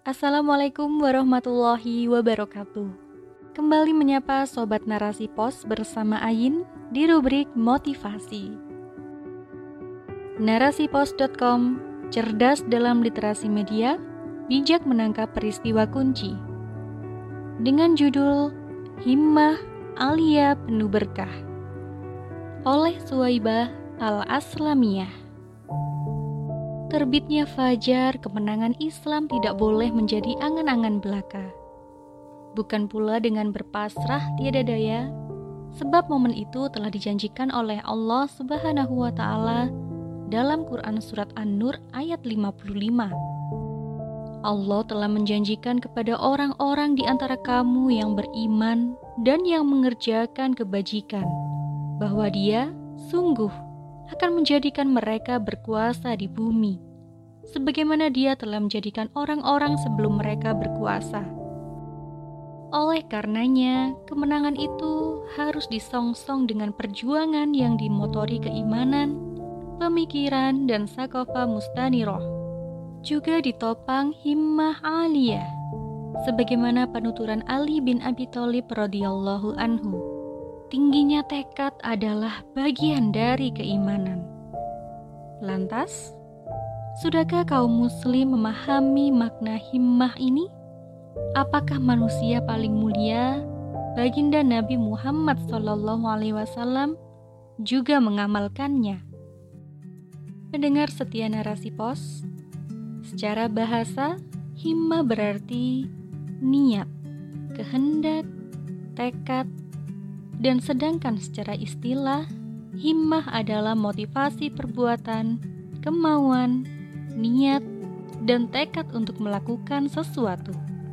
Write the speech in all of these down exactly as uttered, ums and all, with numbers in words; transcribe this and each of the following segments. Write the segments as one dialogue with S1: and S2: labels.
S1: Assalamualaikum warahmatullahi wabarakatuh. Kembali menyapa Sobat Narasi Pos bersama Ayin di rubrik Motivasi. Narasipos dot com, cerdas dalam literasi media, bijak menangkap peristiwa kunci. Dengan judul Himmah Alia Penuh Berkah oleh Suwaibah Al-Aslamiyah. Terbitnya fajar, kemenangan Islam tidak boleh menjadi angan-angan belaka. Bukan pula dengan berpasrah tiada daya, sebab momen itu telah dijanjikan oleh Allah Subhanahu wa Ta'ala dalam Quran Surat An-Nur ayat lima puluh lima. Allah telah menjanjikan kepada orang-orang di antara kamu yang beriman dan yang mengerjakan kebajikan, bahwa Dia sungguh akan menjadikan mereka berkuasa di bumi, sebagaimana Dia telah menjadikan orang-orang sebelum mereka berkuasa. Oleh karenanya, kemenangan itu harus disongsong dengan perjuangan yang dimotori keimanan, pemikiran, dan sakofa mustaniroh. Juga ditopang himmah aliyah, sebagaimana penuturan Ali bin Abi Thalib radhiyallahu anhu. Tingginya tekad adalah bagian dari keimanan. Lantas, sudahkah kaum muslim memahami makna himmah ini? Apakah manusia paling mulia, baginda Nabi Muhammad shallallahu alaihi wasallam, juga mengamalkannya? Pendengar setia Narasi Pos, secara bahasa, himmah berarti niat, kehendak, tekad, dan sedangkan secara istilah, himmah adalah motivasi perbuatan, kemauan, niat, dan tekad untuk melakukan sesuatu.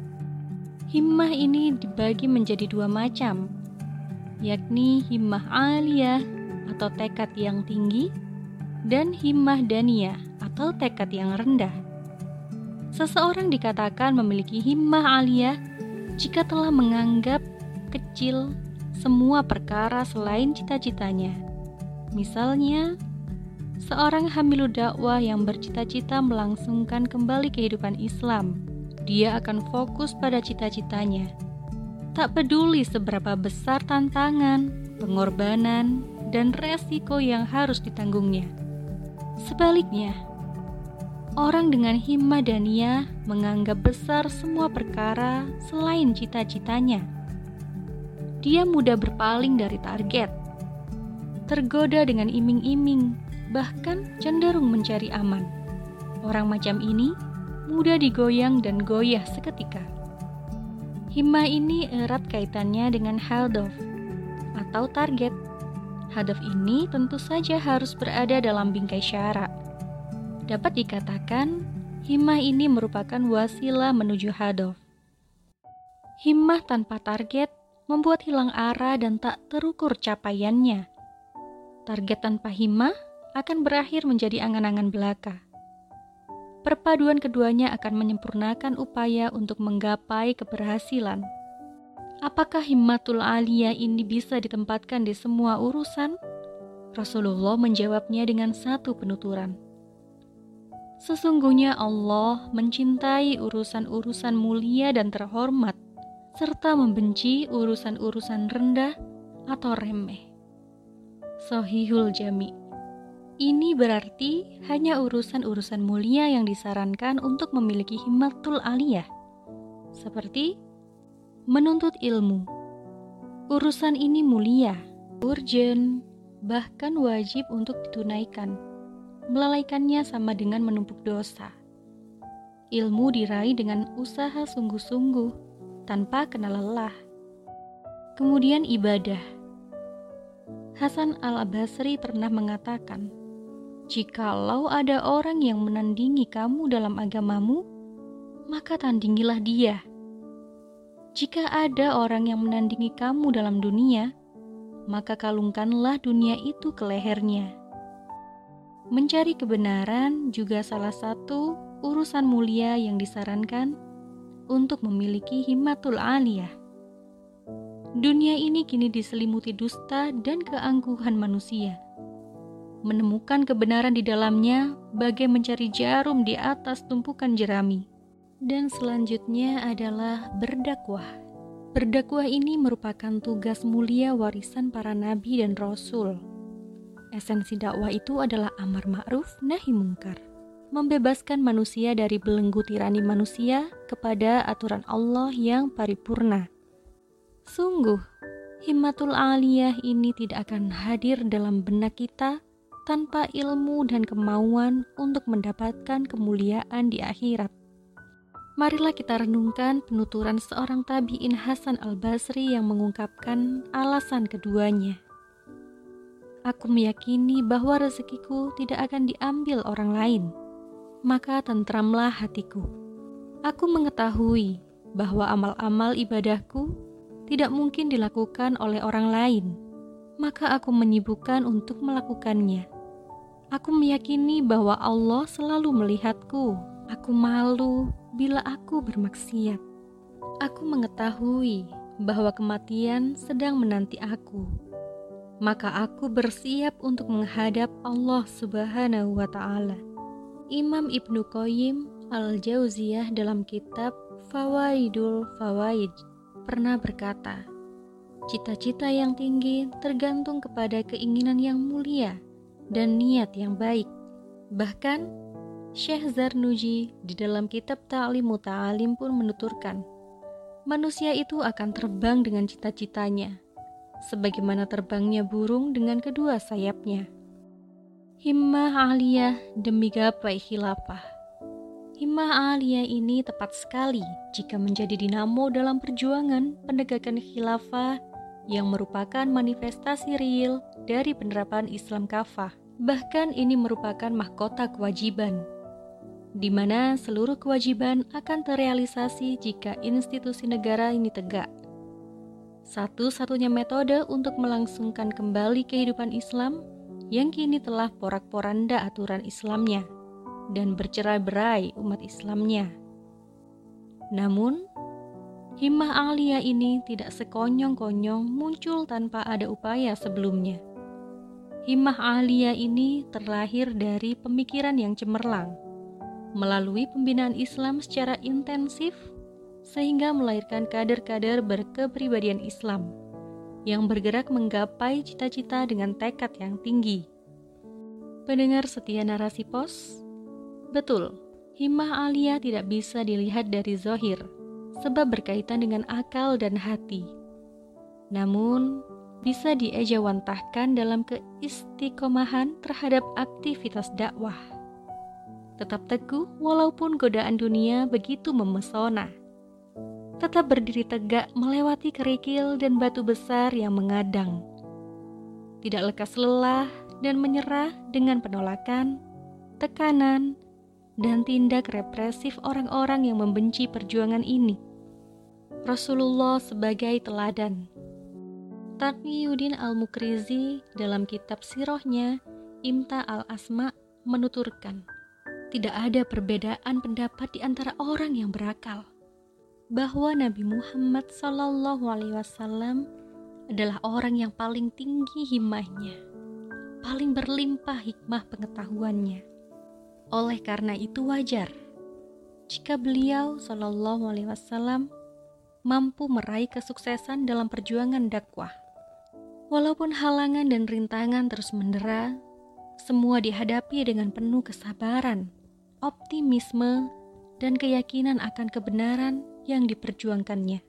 S1: Himmah ini dibagi menjadi dua macam, yakni himmah aliyah atau tekad yang tinggi, dan himmah daniyah atau tekad yang rendah. Seseorang dikatakan memiliki himmah aliyah jika telah menganggap kecil semua perkara selain cita-citanya. Misalnya, seorang hamilu dakwah yang bercita-cita melangsungkan kembali kehidupan Islam, dia akan fokus pada cita-citanya, tak peduli seberapa besar tantangan, pengorbanan, dan resiko yang harus ditanggungnya. Sebaliknya, orang dengan himmah daniyah menganggap besar semua perkara selain cita-citanya. Dia mudah berpaling dari target, tergoda dengan iming-iming, bahkan cenderung mencari aman. Orang macam ini mudah digoyang dan goyah seketika. Himmah ini erat kaitannya dengan hadaf atau target. Hadaf ini tentu saja harus berada dalam bingkai syarak. Dapat dikatakan, himmah ini merupakan wasilah menuju hadaf. Himmah tanpa target membuat hilang arah dan tak terukur capaiannya. Target tanpa himmah akan berakhir menjadi angan-angan belaka. Perpaduan keduanya akan menyempurnakan upaya untuk menggapai keberhasilan. Apakah himmatul aliyah ini bisa ditempatkan di semua urusan? Rasulullah menjawabnya dengan satu penuturan. Sesungguhnya Allah mencintai urusan-urusan mulia dan terhormat, serta membenci urusan-urusan rendah atau remeh. Shahihul Jami'. Ini berarti hanya urusan-urusan mulia yang disarankan untuk memiliki himmatul aliyah, seperti menuntut ilmu. Urusan ini mulia, urgen, bahkan wajib untuk ditunaikan. Melalaikannya sama dengan menumpuk dosa. Ilmu diraih dengan usaha sungguh-sungguh, tanpa kena lelah. Kemudian ibadah. Hasan al-Basri pernah mengatakan, jikalau ada orang yang menandingi kamu dalam agamamu, maka tandingilah dia. Jika ada orang yang menandingi kamu dalam dunia, maka kalungkanlah dunia itu ke lehernya. Mencari kebenaran juga salah satu urusan mulia yang disarankan untuk memiliki himmatul aliyah. Dunia ini kini diselimuti dusta dan keangkuhan manusia. Menemukan kebenaran di dalamnya bagai mencari jarum di atas tumpukan jerami. Dan selanjutnya adalah berdakwah. Berdakwah ini merupakan tugas mulia warisan para nabi dan rasul. Esensi dakwah itu adalah amar ma'ruf nahi mungkar, membebaskan manusia dari belenggu tirani manusia kepada aturan Allah yang paripurna. Sungguh, himmatul aliyah ini tidak akan hadir dalam benak kita tanpa ilmu dan kemauan untuk mendapatkan kemuliaan di akhirat. Marilah kita renungkan penuturan seorang tabi'in Hasan al-Basri yang mengungkapkan alasan keduanya. Aku meyakini bahwa rezekiku tidak akan diambil orang lain, maka tentramlah hatiku. Aku mengetahui bahwa amal-amal ibadahku tidak mungkin dilakukan oleh orang lain, maka aku menyibukkan untuk melakukannya. Aku meyakini bahwa Allah selalu melihatku. Aku malu bila aku bermaksiat. Aku mengetahui bahwa kematian sedang menanti aku. Maka aku bersiap untuk menghadap Allah Subhanahu wa Ta'ala. Imam Ibnu Qayyim al-Jauziyah dalam kitab Fawaidul Fawaid pernah berkata, cita-cita yang tinggi tergantung kepada keinginan yang mulia dan niat yang baik. Bahkan Syekh Zarnuji di dalam kitab Ta'lim Muta'alim pun menuturkan, manusia itu akan terbang dengan cita-citanya, sebagaimana terbangnya burung dengan kedua sayapnya. Himmah aliyah demi gapai khilafah. Himmah aliyah ini tepat sekali jika menjadi dinamo dalam perjuangan penegakan khilafah yang merupakan manifestasi real dari penerapan Islam kafah. Bahkan ini merupakan mahkota kewajiban, di mana seluruh kewajiban akan terrealisasi jika institusi negara ini tegak. Satu-satunya metode untuk melangsungkan kembali kehidupan Islam yang kini telah porak-poranda aturan Islamnya dan bercerai-berai umat Islamnya. Namun, himmah aliyah ini tidak sekonyong-konyong muncul tanpa ada upaya sebelumnya. Himmah aliyah ini terlahir dari pemikiran yang cemerlang, melalui pembinaan Islam secara intensif, sehingga melahirkan kader-kader berkepribadian Islam yang bergerak menggapai cita-cita dengan tekad yang tinggi. Pendengar setia Narasi Pos, betul, himmah aliyah tidak bisa dilihat dari zahir, sebab berkaitan dengan akal dan hati. Namun, bisa diejawantahkan dalam keistiqomahan terhadap aktivitas dakwah. Tetap teguh walaupun godaan dunia begitu memesona. Tetap berdiri tegak melewati kerikil dan batu besar yang mengadang. Tidak lekas lelah dan menyerah dengan penolakan, tekanan, dan tindak represif orang-orang yang membenci perjuangan ini. Rasulullah sebagai teladan. Taqiyuddin al-Mukrizi dalam kitab sirahnya Imta al-Asma menuturkan, tidak ada perbedaan pendapat di antara orang yang berakal bahwa Nabi Muhammad Sallallahu Alaihi Wasallam adalah orang yang paling tinggi himmahnya, paling berlimpah hikmah pengetahuannya. Oleh karena itu wajar jika beliau Sallallahu Alaihi Wasallam mampu meraih kesuksesan dalam perjuangan dakwah. Walaupun halangan dan rintangan terus mendera, semua dihadapi dengan penuh kesabaran, optimisme, dan keyakinan akan kebenaran yang diperjuangkannya.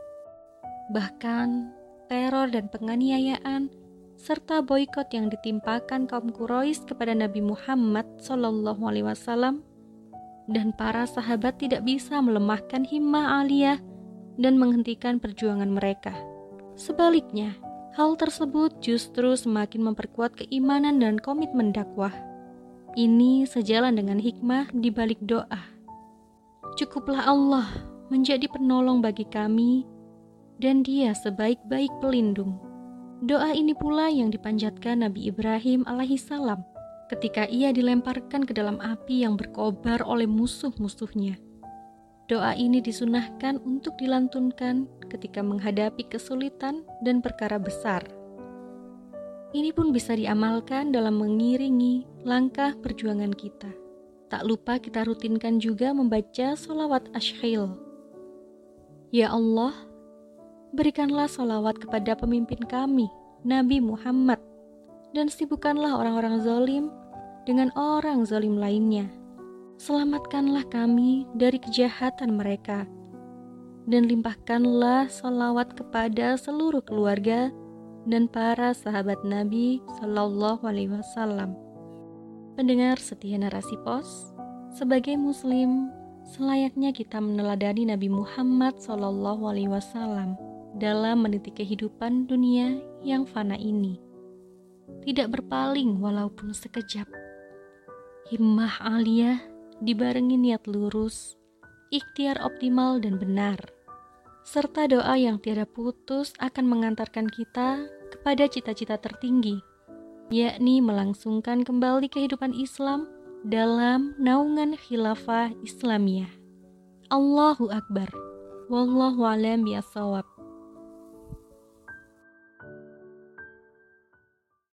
S1: Bahkan, teror dan penganiayaan, serta boikot yang ditimpakan kaum Quraisy kepada Nabi Muhammad Sallallahu Alaihi Wasallam dan para sahabat tidak bisa melemahkan himmah aliyah dan menghentikan perjuangan mereka. Sebaliknya, hal tersebut justru semakin memperkuat keimanan dan komitmen dakwah. Ini sejalan dengan hikmah di balik doa. Cukuplah Allah menjadi penolong bagi kami, dan Dia sebaik-baik pelindung. Doa ini pula yang dipanjatkan Nabi Ibrahim alaihissalam ketika ia dilemparkan ke dalam api yang berkobar oleh musuh-musuhnya. Doa ini disunahkan untuk dilantunkan ketika menghadapi kesulitan dan perkara besar. Ini pun bisa diamalkan dalam mengiringi langkah perjuangan kita. Tak lupa kita rutinkan juga membaca sholawat asyakhil. Ya Allah, berikanlah sholawat kepada pemimpin kami, Nabi Muhammad, dan sibukkanlah orang-orang zalim dengan orang zalim lainnya. Selamatkanlah kami dari kejahatan mereka, dan limpahkanlah sholawat kepada seluruh keluarga dan para sahabat Nabi Sallallahu Alaihi Wasallam. Pendengar setia Narasi Pos, sebagai Muslim, selayaknya kita meneladani Nabi Muhammad Sallallahu Alaihi Wasallam dalam meniti kehidupan dunia yang fana ini. Tidak berpaling walaupun sekejap. Himmah aliyah dibarengi niat lurus, ikhtiar optimal dan benar, serta doa yang tiada putus akan mengantarkan kita kepada cita-cita tertinggi, yakni melangsungkan kembali kehidupan Islam dalam naungan khilafah Islamiyah. Allahu Akbar. Wallahu a'lam bishawab.